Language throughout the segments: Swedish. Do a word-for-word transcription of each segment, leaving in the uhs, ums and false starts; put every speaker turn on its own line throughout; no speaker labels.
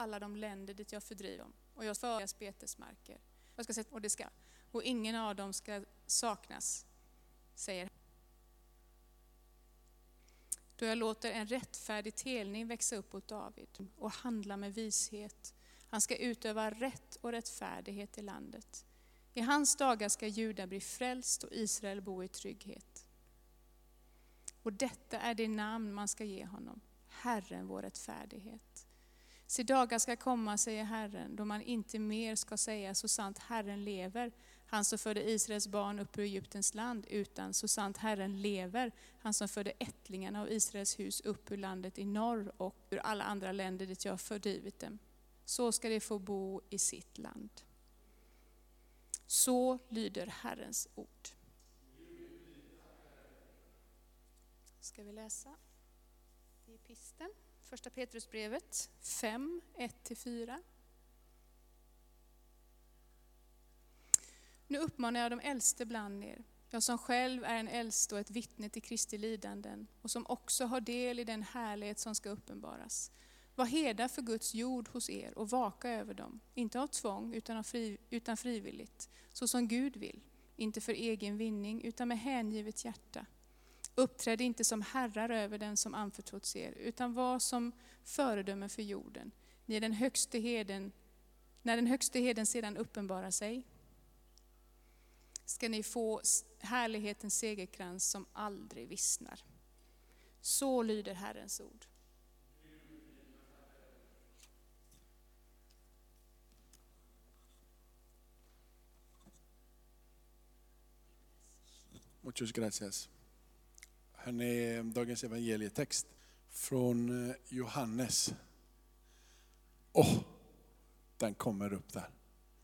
alla de länder dit jag fördriver dem. Och jag för deras betesmarker. Jag ska sätta och det ska. Och ingen av dem ska saknas, säger han. Då jag låter en rättfärdig telning växa upp åt David och handla med vishet. Han ska utöva rätt och rättfärdighet i landet. I hans dagar ska Juda bli frälst och Israel bo i trygghet. Och detta är det namn man ska ge honom. Herren vår rättfärdighet. Se dagar ska komma, säger Herren, då man inte mer ska säga så sant Herren lever, han som förde Israels barn upp ur Egyptens land, utan så sant Herren lever, han som förde ättlingarna av Israels hus upp ur landet i norr och ur alla andra länder dit jag fördrivit dem. Så ska de få bo i sitt land. Så lyder Herrens ord. Ska vi läsa i pisten. Första Petrusbrevet fem, ett till fyra. Nu uppmanar jag de äldste bland er, jag som själv är en äldste och ett vittne till Kristi lidanden och som också har del i den härlighet som ska uppenbaras. Var herdar för Guds jord hos er och vaka över dem, inte av tvång utan, av fri, utan frivilligt, så som Gud vill, inte för egen vinning utan med hängivet hjärta. Uppträd inte som herrar över den som anförtrotts er, utan var som föredöme för jorden. Ni är den högste heden, när den högste heden sedan uppenbarar sig, ska ni få härlighetens segerkrans som aldrig vissnar. Så lyder Herrens ord.
Muchas gracias. Här är dagens evangelietext från Johannes. Åh, oh, den kommer upp där.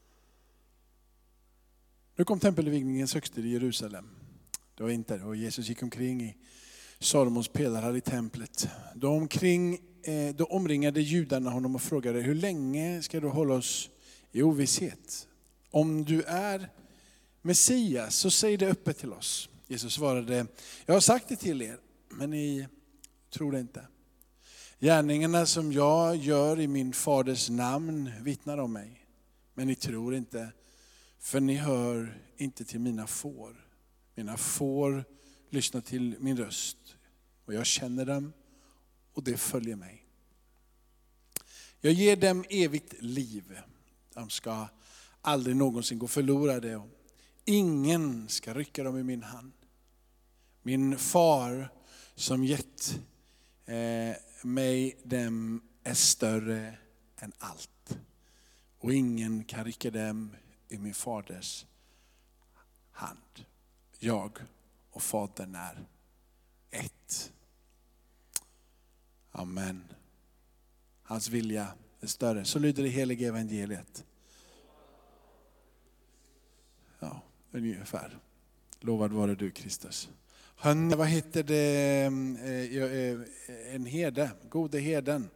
Nu kom tempelvigningens högste i Jerusalem. Det var inte det. Och Jesus gick omkring i Salomons pelare i templet. Då, omkring, då omringade judarna honom och frågade: hur länge ska du hålla oss i ovisshet? Om du är Messias, så säg det öppet till oss. Jesus svarade: jag har sagt det till er, men ni tror det inte. Gärningarna som jag gör i min faders namn vittnar om mig, men ni tror inte, för ni hör inte till mina får. Mina får lyssnar till min röst, och jag känner dem, och det följer mig. Jag ger dem evigt liv. De ska aldrig någonsin gå förlorade, och ingen ska rycka dem i min hand. Min far som gett eh, mig dem är större än allt. Och ingen kan rycka dem i min faders hand. Jag och fadern är ett. Amen. Hans vilja är större. Så lyder det heliga evangeliet. Ja, ungefär. Lovad vare du, Kristus. Han, vad heter det? En herde, gode herden.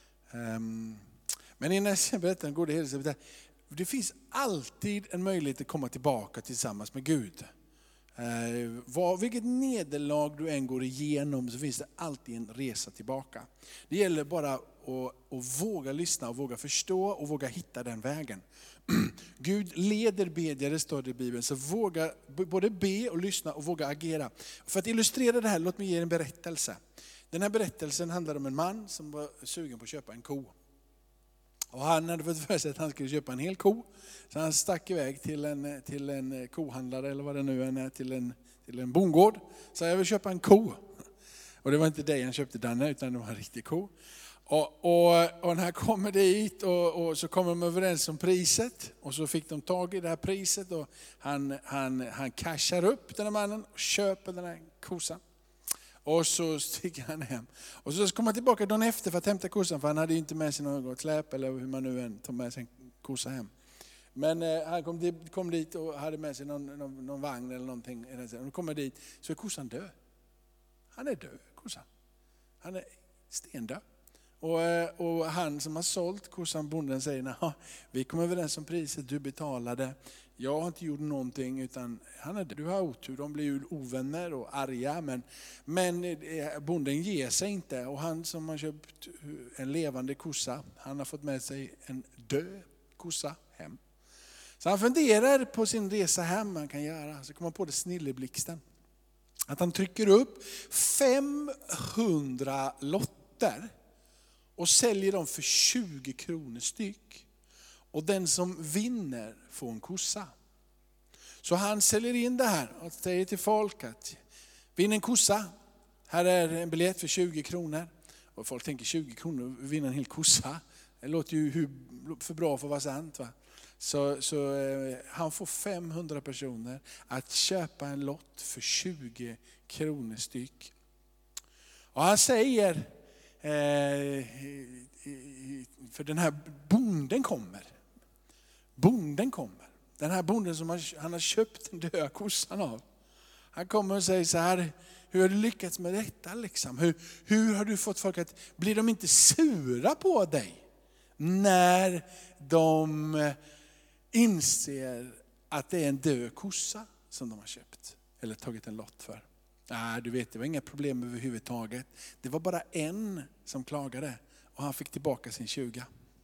Men innan jag berättar en gode herden, det finns alltid en möjlighet att komma tillbaka tillsammans med Gud. Vad, vilket nederlag du än går igenom, så finns det alltid en resa tillbaka. Det gäller bara att, att våga lyssna och våga förstå och våga hitta den vägen. Gud leder bedjare, står det i Bibeln, så våga både be och lyssna och våga agera. För att illustrera det här, låt mig ge en berättelse. Den här berättelsen handlar om en man som var sugen på att köpa en ko. Och han hade fått för sig att han skulle köpa en hel ko. Så han stack iväg till en, till en kohandlare, eller vad det nu är, till en, till en bondgård. Så jag vill köpa en ko. Och det var inte dig han köpte, Danne, utan det var en riktig ko. Och, och, och när han kommer dit och, och så kommer de överens om priset. Och så fick de tag i det här priset. Och han, han, han cashar upp den här mannen och köper den här kosan. Och så sticker han hem. Och så kommer han tillbaka dagen efter för att hämta kossan. För han hade ju inte med sig något släp eller hur man nu än tar med sig en kossa hem. Men eh, han kom dit, kom dit och hade med sig någon, någon, någon vagn eller någonting. Och då kommer dit så är kossan död. Han är död, kossan. Han är stendöd. Och, och han som har sålt kossan, bonden, säger: vi kom överens om priset, du betalade. Jag har inte gjort någonting, utan han är, du har otur. De blir ju ovänner och arga, men, men bonden ger sig inte. Och han som har köpt en levande kossa, han har fått med sig en död kossa hem. Så han funderar på sin resa hem, man kan göra. Så kommer han på det snilleblixten. Att han trycker upp femhundra lotter och säljer dem för tjugo kronor styck. Och den som vinner får en kossa. Så han säljer in det här och säger till folk att vinn en kossa. Här är en biljett för tjugo kronor. Och folk tänker tjugo kronor, vinna en hel kossa. Det låter ju hur, för bra för att vara sant, va? Så, så eh, han får femhundra personer att köpa en lott för tjugo kronor styck. Och han säger, eh, för den här bonden kommer. Bonden kommer. Den här bonden som han, han har köpt den döda kossan av. Han kommer och säger så här, hur har du lyckats med detta liksom? Hur, hur har du fått folk att, blir de inte sura på dig? När de inser att det är en död kossa som de har köpt. Eller tagit en lott för. Nej, du vet, det var inga problem överhuvudtaget. Det var bara en som klagade. Och han fick tillbaka sin tjuga.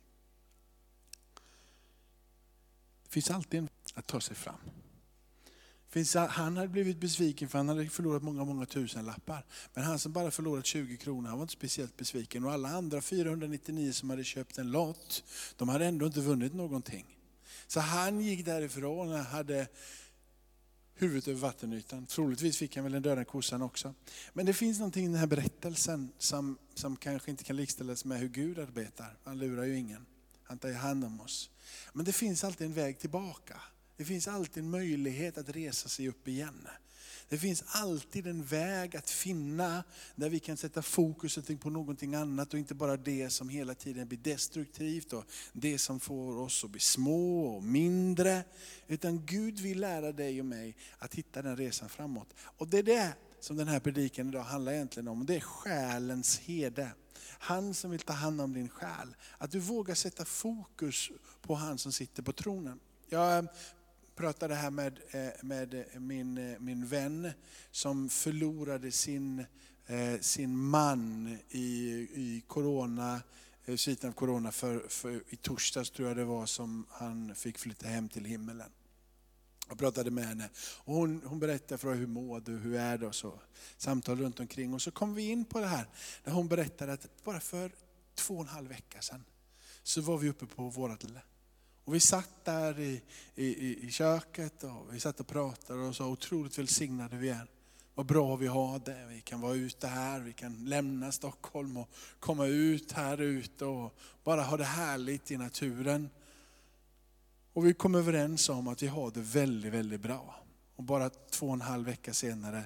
Det finns alltid en att ta sig fram. Finns, han hade blivit besviken för han hade förlorat många, många tusen lappar. Men han som bara förlorat tjugo kronor, han var inte speciellt besviken. Och alla andra fyrahundranittionio som hade köpt en lott, de hade ändå inte vunnit någonting. Så han gick därifrån och hade huvudet över vattenytan. Troligtvis fick han väl den döda kossan också. Men det finns någonting i den här berättelsen som, som kanske inte kan likställas med hur Gud arbetar. Han lurar ju ingen. Han tar hand om oss. Men det finns alltid en väg tillbaka. Det finns alltid en möjlighet att resa sig upp igen. Det finns alltid en väg att finna där vi kan sätta fokuset på någonting annat och inte bara det som hela tiden blir destruktivt och det som får oss att bli små och mindre. Utan Gud vill lära dig och mig att hitta den resan framåt. Och det är det som den här predikan idag handlar egentligen om. Det är själens herde. Han som vill ta hand om din själ. Att du vågar sätta fokus på han som sitter på tronen. Jag pratade här med, med min, min vän som förlorade sin, sin man i, i corona, sviten av corona för, för i torsdags tror jag det var som han fick flytta hem till himmelen. Jag pratade med henne och hon, hon berättade för hur mår du, hur är det och så. Samtal runt omkring och så kom vi in på det här. Där hon berättade att bara för två och en halv vecka sedan så var vi uppe på vårat lilla. Och vi satt där i, i, i köket och vi satt och pratade och sa otroligt välsignade vi är. Vad bra vi har det. Vi kan vara ute här, vi kan lämna Stockholm och komma ut här ute och bara ha det härligt i naturen. Och vi kom överens om att vi har det väldigt, väldigt bra. Och bara två och en halv vecka senare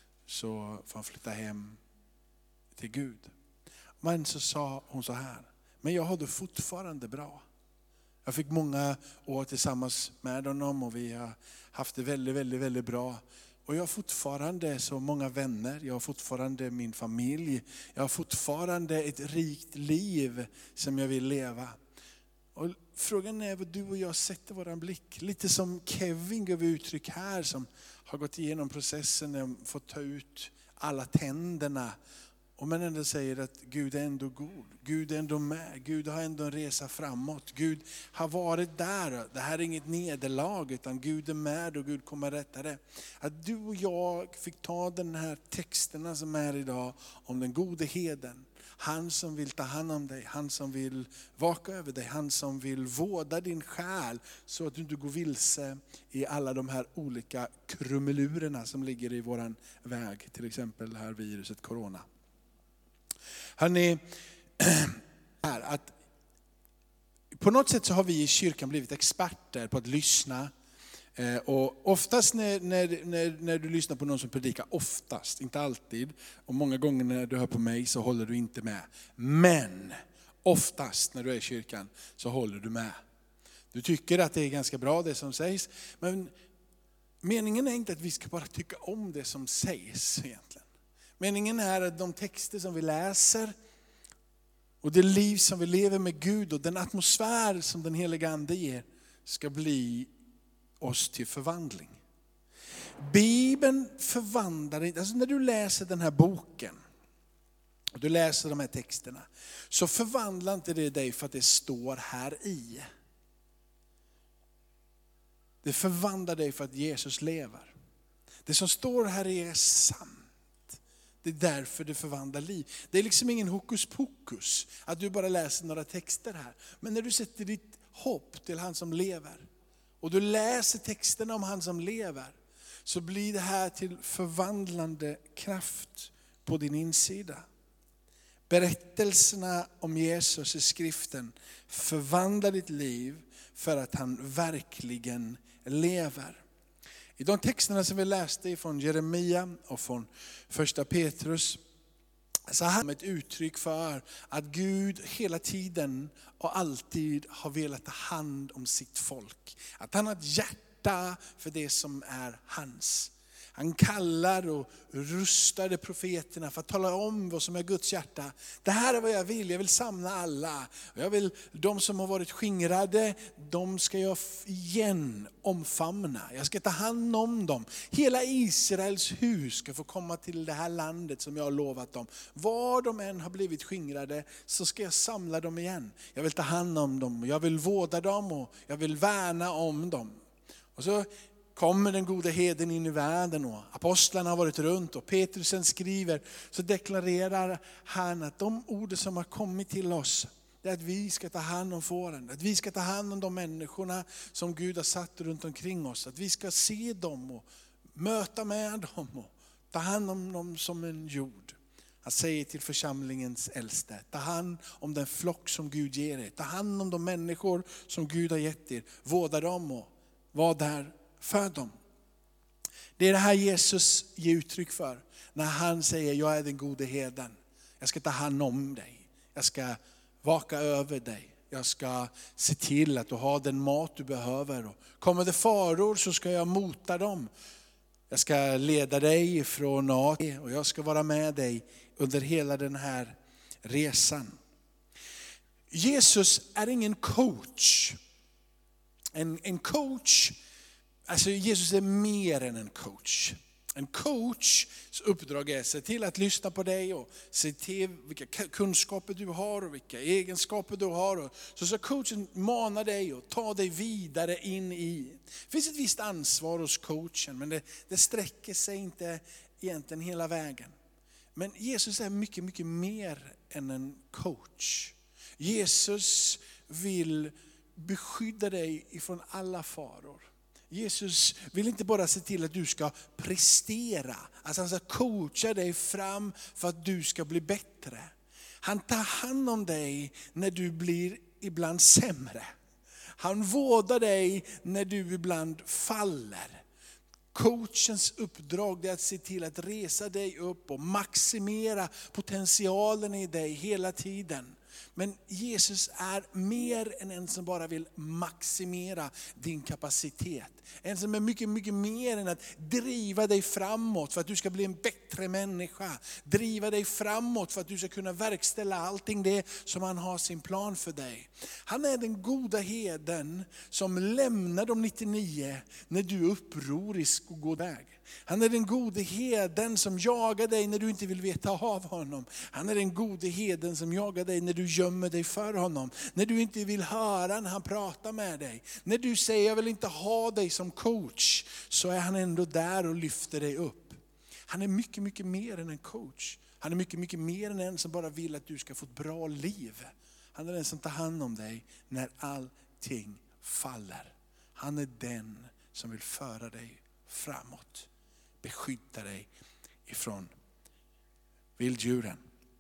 så får han flytta hem till Gud. Men så sa hon så här, men jag har det fortfarande bra. Jag fick många år tillsammans med honom och vi har haft det väldigt, väldigt, väldigt bra. Och jag har fortfarande så många vänner, jag har fortfarande min familj. Jag har fortfarande ett rikt liv som jag vill leva. Och frågan är vad du och jag sätter våran blick. Lite som Kevin gav uttryck här som har gått igenom processen och fått ta ut alla tänderna. Och man ändå säger att Gud är ändå god. Gud är ändå med. Gud har ändå en resa framåt. Gud har varit där. Det här är inget nederlag utan Gud är med och Gud kommer rätta det. Att du och jag fick ta den här texterna som är idag om den gode heden. Han som vill ta hand om dig, han som vill vaka över dig, han som vill vårda din själ så att du inte går vilse i alla de här olika krumelurerna som ligger i våran väg. Till exempel det här viruset corona. Hörrni, här, att på något sätt så har vi i kyrkan blivit experter på att lyssna. Och oftast när, när, när, när du lyssnar på någon som predikar, oftast, inte alltid, och många gånger när du hör på mig så håller du inte med. Men oftast när du är i kyrkan så håller du med. Du tycker att det är ganska bra det som sägs, men meningen är inte att vi ska bara tycka om det som sägs egentligen. Meningen är att de texter som vi läser och det liv som vi lever med Gud och den atmosfär som den heliga ande ger ska bli oss till förvandling. Bibeln förvandlar inte, alltså när du läser den här boken, och du läser de här texterna, så förvandlar inte det dig för att det står här i. Det förvandlar dig för att Jesus lever. Det som står här är sant. Det är därför det förvandlar liv. Det är liksom ingen hokus pokus att du bara läser några texter här. Men när du sätter ditt hopp till han som lever, och du läser texterna om han som lever, så blir det här till förvandlande kraft på din insida. Berättelserna om Jesus i skriften förvandlar ditt liv för att han verkligen lever. I de texterna som vi läste från Jeremia och från första Petrus, så har han ett uttryck för att Gud hela tiden och alltid har velat ta hand om sitt folk. Att han har ett hjärta för det som är hans. Han kallar och rustade profeterna för att tala om vad som är Guds hjärta. Det här är vad jag vill, jag vill samla alla. Jag vill, de som har varit skingrade, de ska jag igen omfamna. Jag ska ta hand om dem. Hela Israels hus ska få komma till det här landet som jag har lovat dem. Var de än har blivit skingrade så ska jag samla dem igen. Jag vill ta hand om dem, jag vill vårda dem och jag vill värna om dem. Och så kommer den gode herden in i världen och apostlarna har varit runt och Petrusen skriver, så deklarerar han att de ord som har kommit till oss, det är att vi ska ta hand om fåren, att vi ska ta hand om de människorna som Gud har satt runt omkring oss, att vi ska se dem och möta med dem och ta hand om dem som en jord. Han säger till församlingens äldste, ta hand om den flock som Gud ger er, ta hand om de människor som Gud har gett er, vårda dem och var där för dem. Det är det här Jesus ger uttryck för när han säger, jag är den gode herden. Jag ska ta hand om dig. Jag ska vaka över dig. Jag ska se till att du har den mat du behöver. Och kommer det faror så ska jag mota dem. Jag ska leda dig från A till B och jag ska vara med dig under hela den här resan. Jesus är ingen coach. En, en coach, alltså Jesus är mer än en coach. En coachs uppdrag är att se till att lyssna på dig och se till vilka kunskaper du har och vilka egenskaper du har. Och så ska coachen mana dig och ta dig vidare in i. Det finns ett visst ansvar hos coachen, men det, det sträcker sig inte egentligen hela vägen. Men Jesus är mycket, mycket mer än en coach. Jesus vill beskydda dig ifrån alla faror. Jesus vill inte bara se till att du ska prestera, att han ska coacha dig fram för att du ska bli bättre. Han tar hand om dig när du blir ibland sämre. Han vårdar dig när du ibland faller. Coachens uppdrag är att se till att resa dig upp och maximera potentialen i dig hela tiden. Men Jesus är mer än en som bara vill maximera din kapacitet. En som är mycket, mycket mer än att driva dig framåt för att du ska bli en bättre människa. Driva dig framåt för att du ska kunna verkställa allting det som han har sin plan för dig. Han är den goda herden som lämnar de nittionio när du är upprorisk och går väg. Han är den gode herden som jagar dig när du inte vill veta av honom. Han är den gode herden som jagar dig när du gömmer dig för honom. När du inte vill höra när han pratar med dig. När du säger jag vill inte ha dig som coach, så är han ändå där och lyfter dig upp. Han är mycket, mycket mer än en coach. Han är mycket, mycket mer än en som bara vill att du ska få ett bra liv. Han är den som tar hand om dig när allting faller. Han är den som vill föra dig framåt. Beskydda dig ifrån vilddjuren.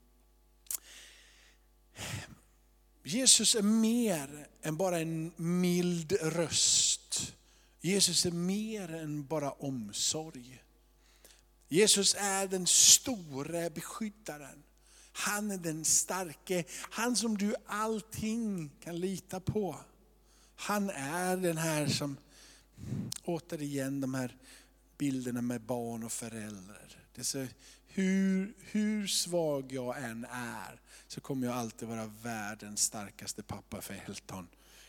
Jesus är mer än bara en mild röst. Jesus är mer än bara omsorg. Jesus är den stora beskyddaren. Han är den starke, han som du allting kan lita på. Han är den här som, återigen de här bilderna med barn och föräldrar. Det är så, hur, hur svag jag än är så kommer jag alltid vara världens starkaste pappa för Elton.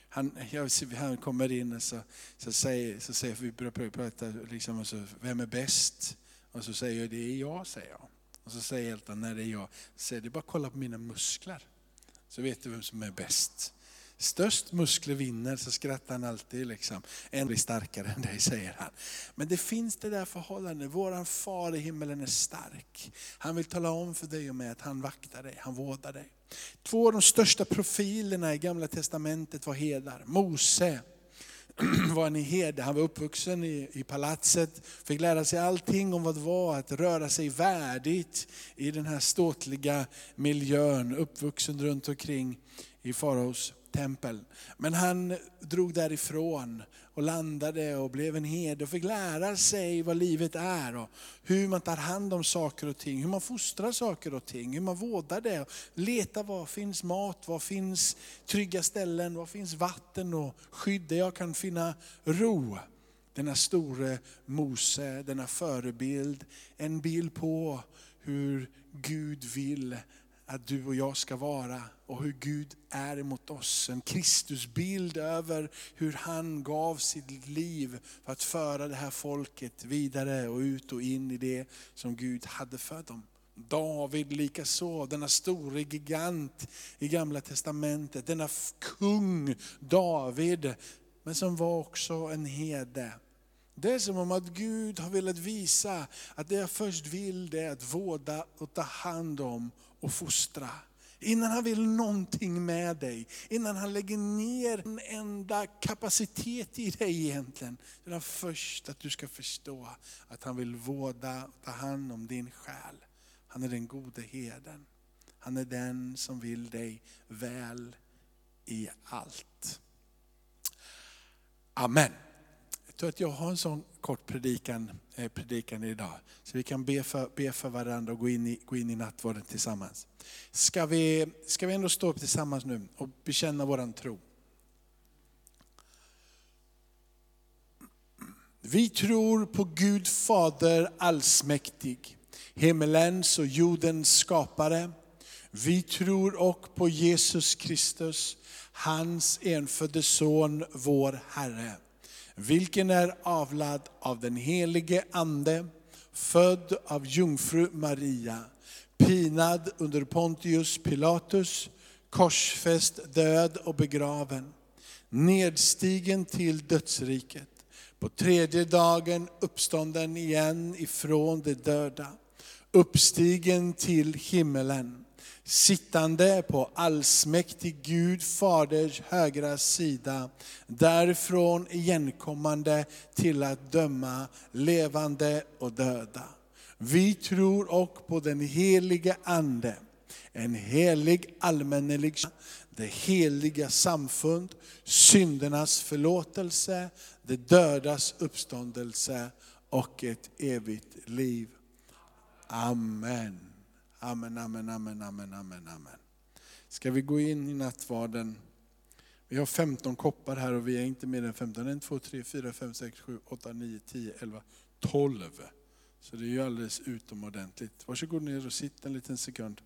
Han, jag, han kommer in och så, så säger, så säger vi börjar prata, liksom, och så, vem är bäst? Och så säger jag, det är jag, säger jag. Och så säger Elton, när det är jag. Så säger det, bara kolla på mina muskler. Så vet du vem som är bäst. Störst muskler vinner, så skrattar han alltid. Liksom. En blir starkare än dig, säger han. Men det finns det där förhållandet. Våran far i himmelen är stark. Han vill tala om för dig och mig att han vaktar dig, han vårdar dig. Två av de största profilerna i Gamla testamentet var herdar. Mose var en herde, han var uppvuxen i, i palatset, fick lära sig allting om vad det var att röra sig värdigt i den här ståtliga miljön, uppvuxen runt omkring i faraos tempel. Men han drog därifrån och landade och blev en herde och fick lära sig vad livet är och hur man tar hand om saker och ting, hur man fostrar saker och ting, hur man vårdar det. Leta var finns mat, var finns trygga ställen, var finns vatten och skydd där jag kan finna ro. Denna store Mose, denna förebild, en bild på hur Gud vill att du och jag ska vara och hur Gud är emot oss. En Kristusbild över hur han gav sitt liv för att föra det här folket vidare och ut och in i det som Gud hade för dem. David lika så, denna store gigant i Gamla testamentet, denna kung David, men som var också en herde. Det är som om att Gud har velat visa att det jag först vill det är att vårda och ta hand om och fostra. Innan han vill någonting med dig, innan han lägger ner en enda kapacitet i dig egentligen. Det är först att du ska förstå att han vill vårda och ta hand om din själ. Han är den gode herden. Han är den som vill dig väl i allt. Amen. Jag tror att jag har en sån kort predikan, eh, predikan idag. Så vi kan be för, be för varandra och gå in i, gå in i nattvarden tillsammans. Ska vi, ska vi ändå stå upp tillsammans nu och bekänna våran tro? Vi tror på Gud Fader allsmäktig, himmelens och jordens skapare. Vi tror och på Jesus Kristus, hans enfödde son, vår Herre. Vilken är avlad av den helige ande, född av jungfru Maria, pinad under Pontius Pilatus, korsfäst, död och begraven, nedstigen till dödsriket, på tredje dagen uppstånden igen ifrån de döda, uppstigen till himmelen, sittande på allsmäktig Gud Faders högra sida, därifrån igenkommande till att döma levande och döda. Vi tror och på den helige ande, en helig allmännelig, det heliga samfund, syndernas förlåtelse, det dödas uppståndelse och ett evigt liv. Amen. Amen, amen, amen, amen, amen, amen. Ska vi gå in i nattvarden? Vi har femton koppar här och vi är inte mer än femton. ett, två, tre, fyra, fem, sex, sju, åtta, nio, tio, elva, tolv. Så det är ju alldeles utomordentligt. Varsågod ner och sitt en liten sekund.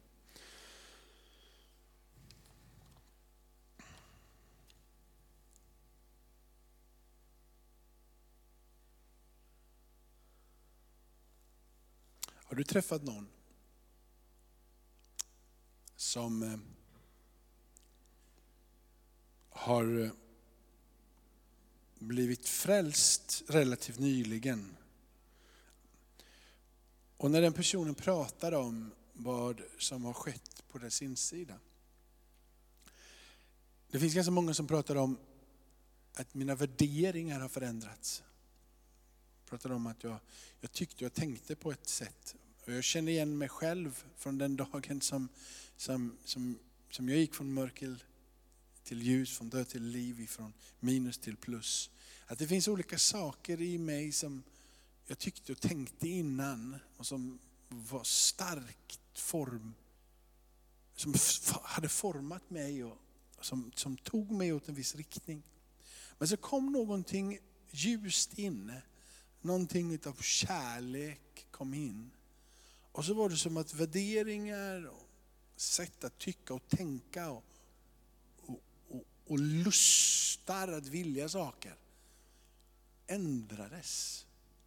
Har du träffat någon som har blivit frälst relativt nyligen? Och när den personen pratar om vad som har skett på dess insida. Det finns ganska många som pratar om att mina värderingar har förändrats. Pratar om att jag, jag tyckte och tänkte på ett sätt. Och jag känner igen mig själv från den dagen som, som, som, som jag gick från mörker till ljus, från död till liv, från minus till plus. Att det finns olika saker i mig som jag tyckte och tänkte innan och som var starkt form, som hade format mig och som, som tog mig åt en viss riktning. Men så kom någonting ljust in, någonting av kärlek kom in. Och så var det som att värderingar och sätt att tycka och tänka och, och, och, och lust lustar att vilja saker ändrades.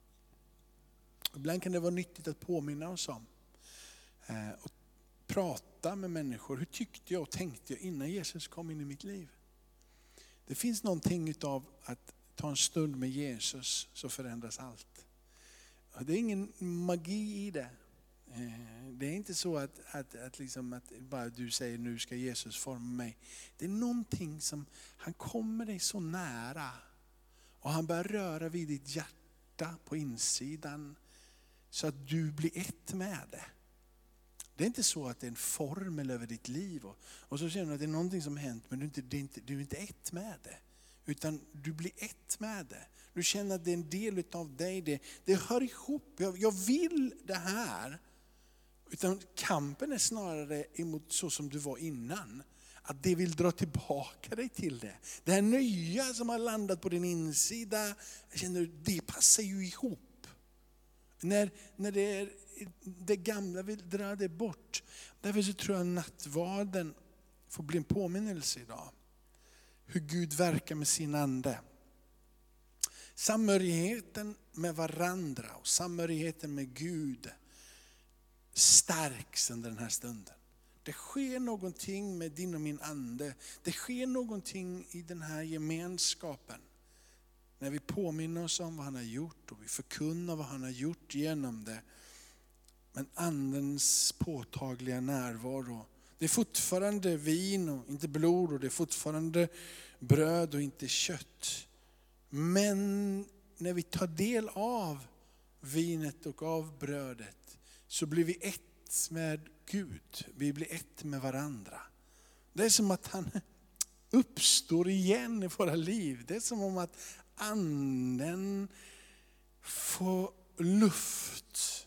Ibland kan det vara nyttigt att påminna oss om eh, och prata med människor. Hur tyckte jag och tänkte jag innan Jesus kom in i mitt liv? Det finns någonting utav att ta en stund med Jesus så förändras allt. Det är ingen magi i det. Det är inte så att, att, att, liksom att bara du säger nu ska Jesus forma mig. Det är någonting som, han kommer dig så nära. Och han börjar röra vid ditt hjärta på insidan. Så att du blir ett med det. Det är inte så att det är en formel över ditt liv. Och, och så känner du att det är någonting som har hänt men du är, inte, det är inte, du är inte ett med det. Utan du blir ett med det. Du känner att det är en del av dig. Det, det hör ihop. Jag, jag vill det här. Utan kampen är snarare emot så som du var innan. Att det vill dra tillbaka dig till det. Det här nya som har landat på din insida. Jag känner det passar ju ihop. När, när det, är, det gamla vill dra det bort. Därför så tror jag nattvarden får bli en påminnelse idag. Hur Gud verkar med sin ande. Samhörigheten med varandra och samhörigheten med Gud stärks under den här stunden. Det sker någonting med din och min ande. Det sker någonting i den här gemenskapen. När vi påminner oss om vad han har gjort och vi förkunnar vad han har gjort genom det. Men andens påtagliga närvaro. Det är fortfarande vin och inte blod och det är fortfarande bröd och inte kött. Men när vi tar del av vinet och av brödet så blir vi ett med Gud. Vi blir ett med varandra. Det är som att han uppstår igen i våra liv. Det är som om att anden får luft.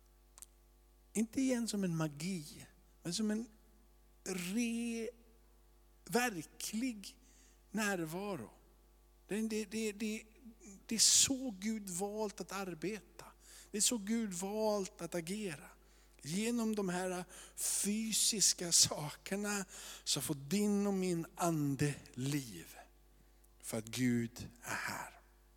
Inte igen som en magi, men som en re, verklig närvaro. Det, det, det, det, det är så Gud valt att arbeta. Det är så Gud valt att agera. Genom de här fysiska sakerna så får din och min ande liv. För att Gud är här.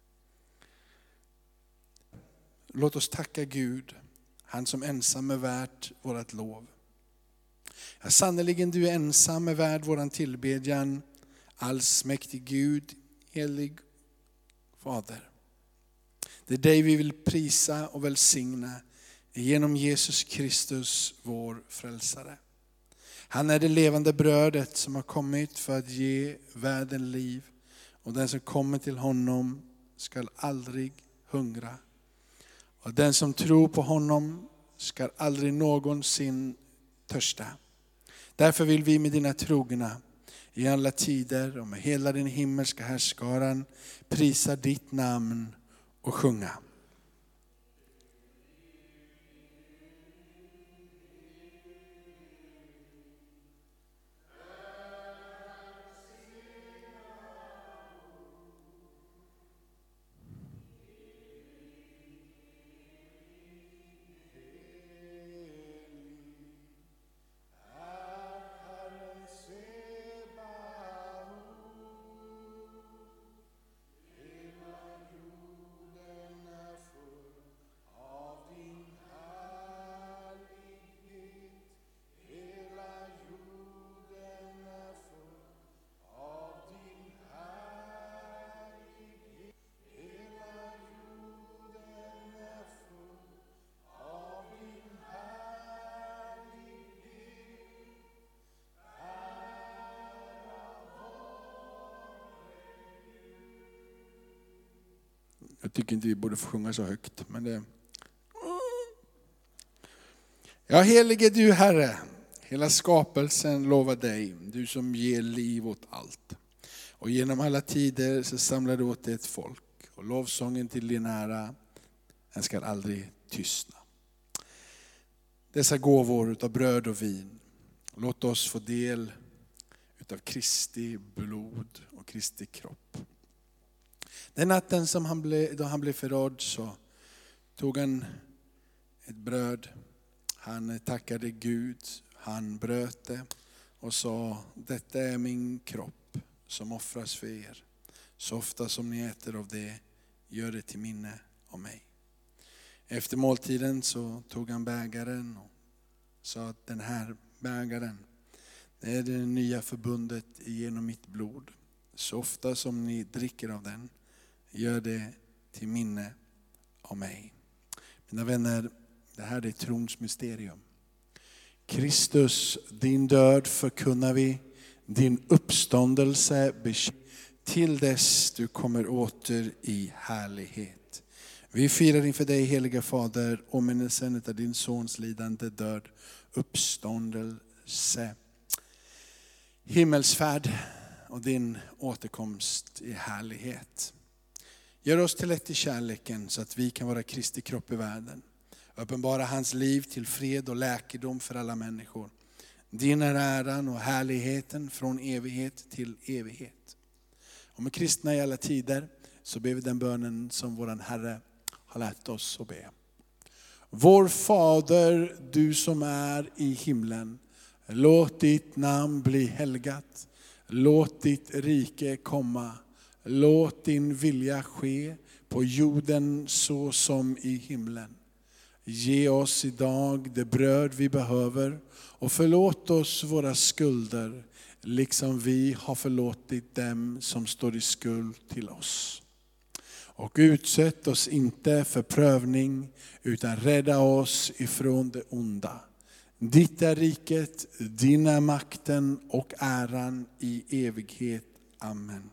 Låt oss tacka Gud. Han som ensam är värt vårat lov. Ja, sannoliken du är ensam är värd våran tillbedjan. Allsmäktig Gud, helig Fader. Det är dig vi vill prisa och välsigna genom Jesus Kristus, vår frälsare. Han är det levande brödet som har kommit för att ge världen liv. Och den som kommer till honom ska aldrig hungra. Och den som tror på honom ska aldrig någonsin törsta. Därför vill vi med dina trogna i alla tider och med hela din himmelska härskaran prisa ditt namn och sjunga. Jag tycker inte vi borde få sjunga så högt. Men det... Ja, helige du Herre, hela skapelsen lovar dig, du som ger liv åt allt. Och genom alla tider så samlar du åt dig ett folk. Och lovsången till din ära, den ska aldrig tystna. Dessa gåvor utav bröd och vin, låt oss få del utav Kristi blod och Kristi kropp. Den natten som han blev, då han blev förrådd så tog han ett bröd. Han tackade Gud, han bröt det och sa, detta är min kropp som offras för er. Så ofta som ni äter av det, gör det till minne om mig. Efter måltiden så tog han bägaren och sa att den här bägaren, det är det nya förbundet genom mitt blod. Så ofta som ni dricker av den, gör det till minne om mig. Mina vänner, det här är trons mysterium. Kristus, din död förkunnar vi, din uppståndelse till dess du kommer åter i härlighet. Vi firar inför dig, heliga Fader, åminnelsen av din sons lidande, död, uppståndelse, himmelsfärd och din återkomst i härlighet. Gör oss till ett i kärleken så att vi kan vara Kristi kropp i världen. Uppenbara hans liv till fred och läkedom för alla människor. Din är äran och härligheten från evighet till evighet. Och med kristna i alla tider så ber vi den bönen som våran Herre har lärt oss att be. Vår Fader, du som är i himlen, låt ditt namn bli helgat. Låt ditt rike komma. Låt din vilja ske på jorden så som i himlen. Ge oss idag det bröd vi behöver och förlåt oss våra skulder liksom vi har förlåtit dem som står i skuld till oss. Och utsätt oss inte för prövning utan rädda oss ifrån det onda. Ditt är riket, din är makten och äran i evighet. Amen.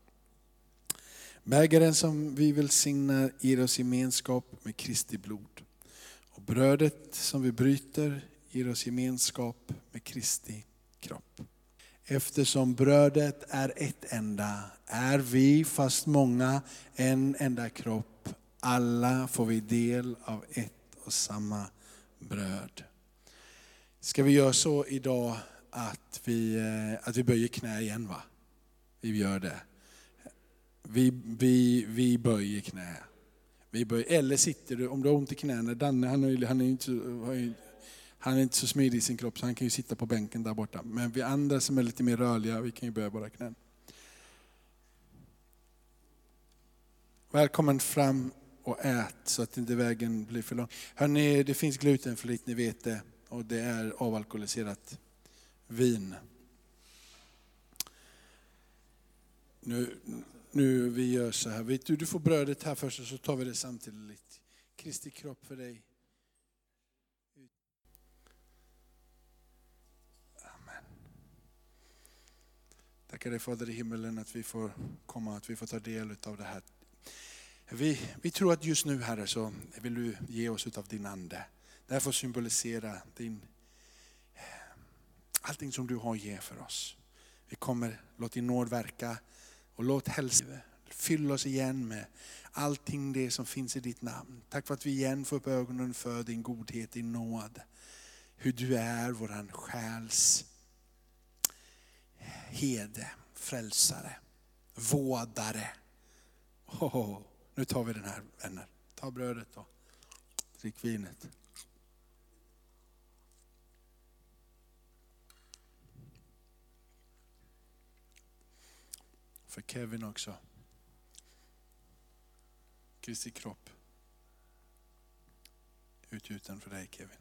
Bägaren som vi välsignar ger oss gemenskap med Kristi blod. Och brödet som vi bryter ger oss gemenskap med Kristi kropp. Eftersom brödet är ett enda, är vi fast många en enda kropp. Alla får vi del av ett och samma bröd. Ska vi göra så idag att vi, att vi böjer knä igen, va? Vi gör det. Vi, vi, vi böjer knä. Vi böjer, eller sitter du, om du har ont i knäna, Danne han är, han är inte så, han är inte så smidig i sin kropp så han kan ju sitta på bänken där borta. Men vi andra som är lite mer rörliga, vi kan ju böja våra knän. Välkommen fram och ät så att inte vägen blir för lång. Hörrni, det finns glutenfritt, ni vet det. Och det är avalkoholiserat vin. Nu, nu vi gör så här. Vet du, du får brödet här först och så tar vi det samtidigt. Kristi kropp för dig. Amen. Tackar dig Fader i himmelen att vi får komma, att vi får ta del av det här. Vi, vi tror att just nu, Herre, så vill du ge oss av din ande. Det här får symbolisera din, allting som du har att ge för oss. Vi kommer, låt din nåd verka och låt hälsa fylla oss igen med allting det som finns i ditt namn. Tack för att vi igen får upp ögonen för din godhet, din nåd. Hur du är våran själs herde, frälsare, vårdare. Oh, nu tar vi den här, vänner. Ta brödet då. Drick vinet. För Kevin också. Kristi kropp. Utgjuten för dig, Kevin.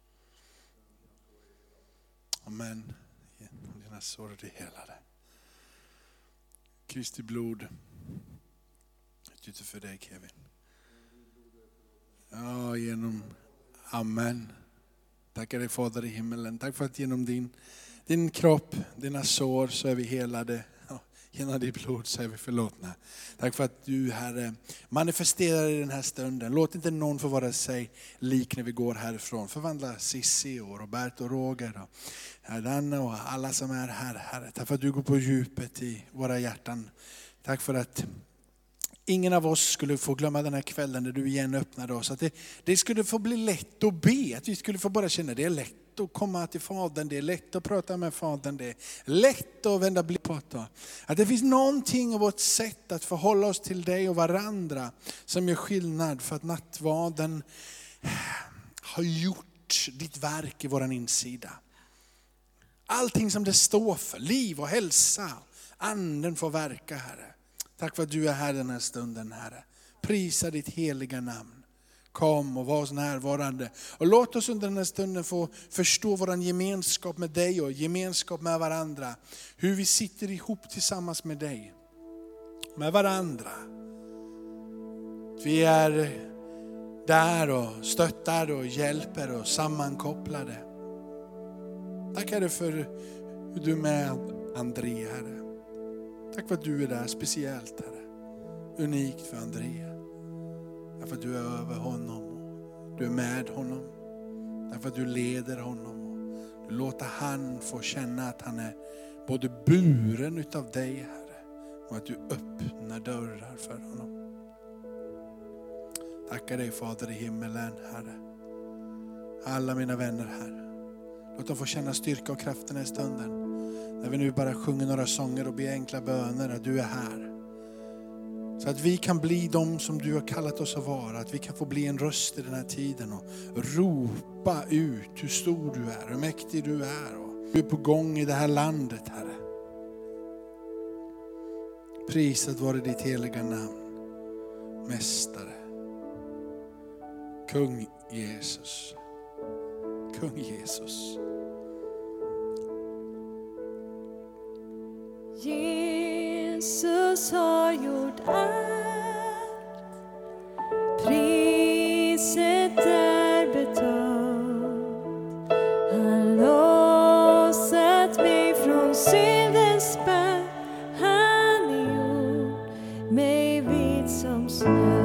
Amen. Dina sår är helade. Kristi blod. Utgjuten för dig, Kevin. Ja, genom amen. Tackar dig Fader i himmelen. Tack för att genom din, din kropp, dina sår så är vi helade. Genom ditt blod så är vi förlåtna. Tack för att du, Herre, manifesterar i den här stunden. Låt inte någon få vara sig lik när vi går härifrån. Förvandla Sissi och Roberto och Roger och Danne och alla som är här, Herre. Tack för att du går på djupet i våra hjärtan. Tack för att ingen av oss skulle få glömma den här kvällen när du igen öppnade oss. Att det, det skulle få bli lätt att be. Att vi skulle få bara känna det är lätt att komma till Fadern. Det är lätt att prata med Fadern. Det är lätt att vända blick på det. Att det finns någonting av vårt sätt att förhålla oss till dig och varandra som gör skillnad. För att nattvarden har gjort ditt verk i våran insida. Allting som det står för. Liv och hälsa. Anden får verka, Herre. Tack för att du är här den här stunden, Herre. Prisa ditt heliga namn. Kom och var oss närvarande. Och låt oss under den här stunden få förstå vår gemenskap med dig och gemenskap med varandra. Hur vi sitter ihop tillsammans med dig. Med varandra. Vi är där och stöttar och hjälper och sammankopplade. Tack Herre för hur du är med André, Herre. Tack för att du är där speciellt, Herre. Unikt för André. Därför att du är över honom. Du är med honom. Därför att du leder honom. Du låter han få känna att han är både buren utav dig, Herre. Och att du öppnar dörrar för honom. Tackar dig Fader i himmelen, Herre. Alla mina vänner här. Låt dem få känna styrka och kraften i stunden. När vi nu bara sjunger några sånger och ber enkla böner att du är här. Så att vi kan bli de som du har kallat oss att vara. Att vi kan få bli en röst i den här tiden och ropa ut hur stor du är, hur mäktig du är. Och du är på gång i det här landet, Herre. Prisat vare ditt heliga namn, Mästare. Kung Jesus. Kung Jesus.
Jesus har gjort allt. Priset är betalt. Han lossat mig från syndens spärr. Han gjort mig vit som snö.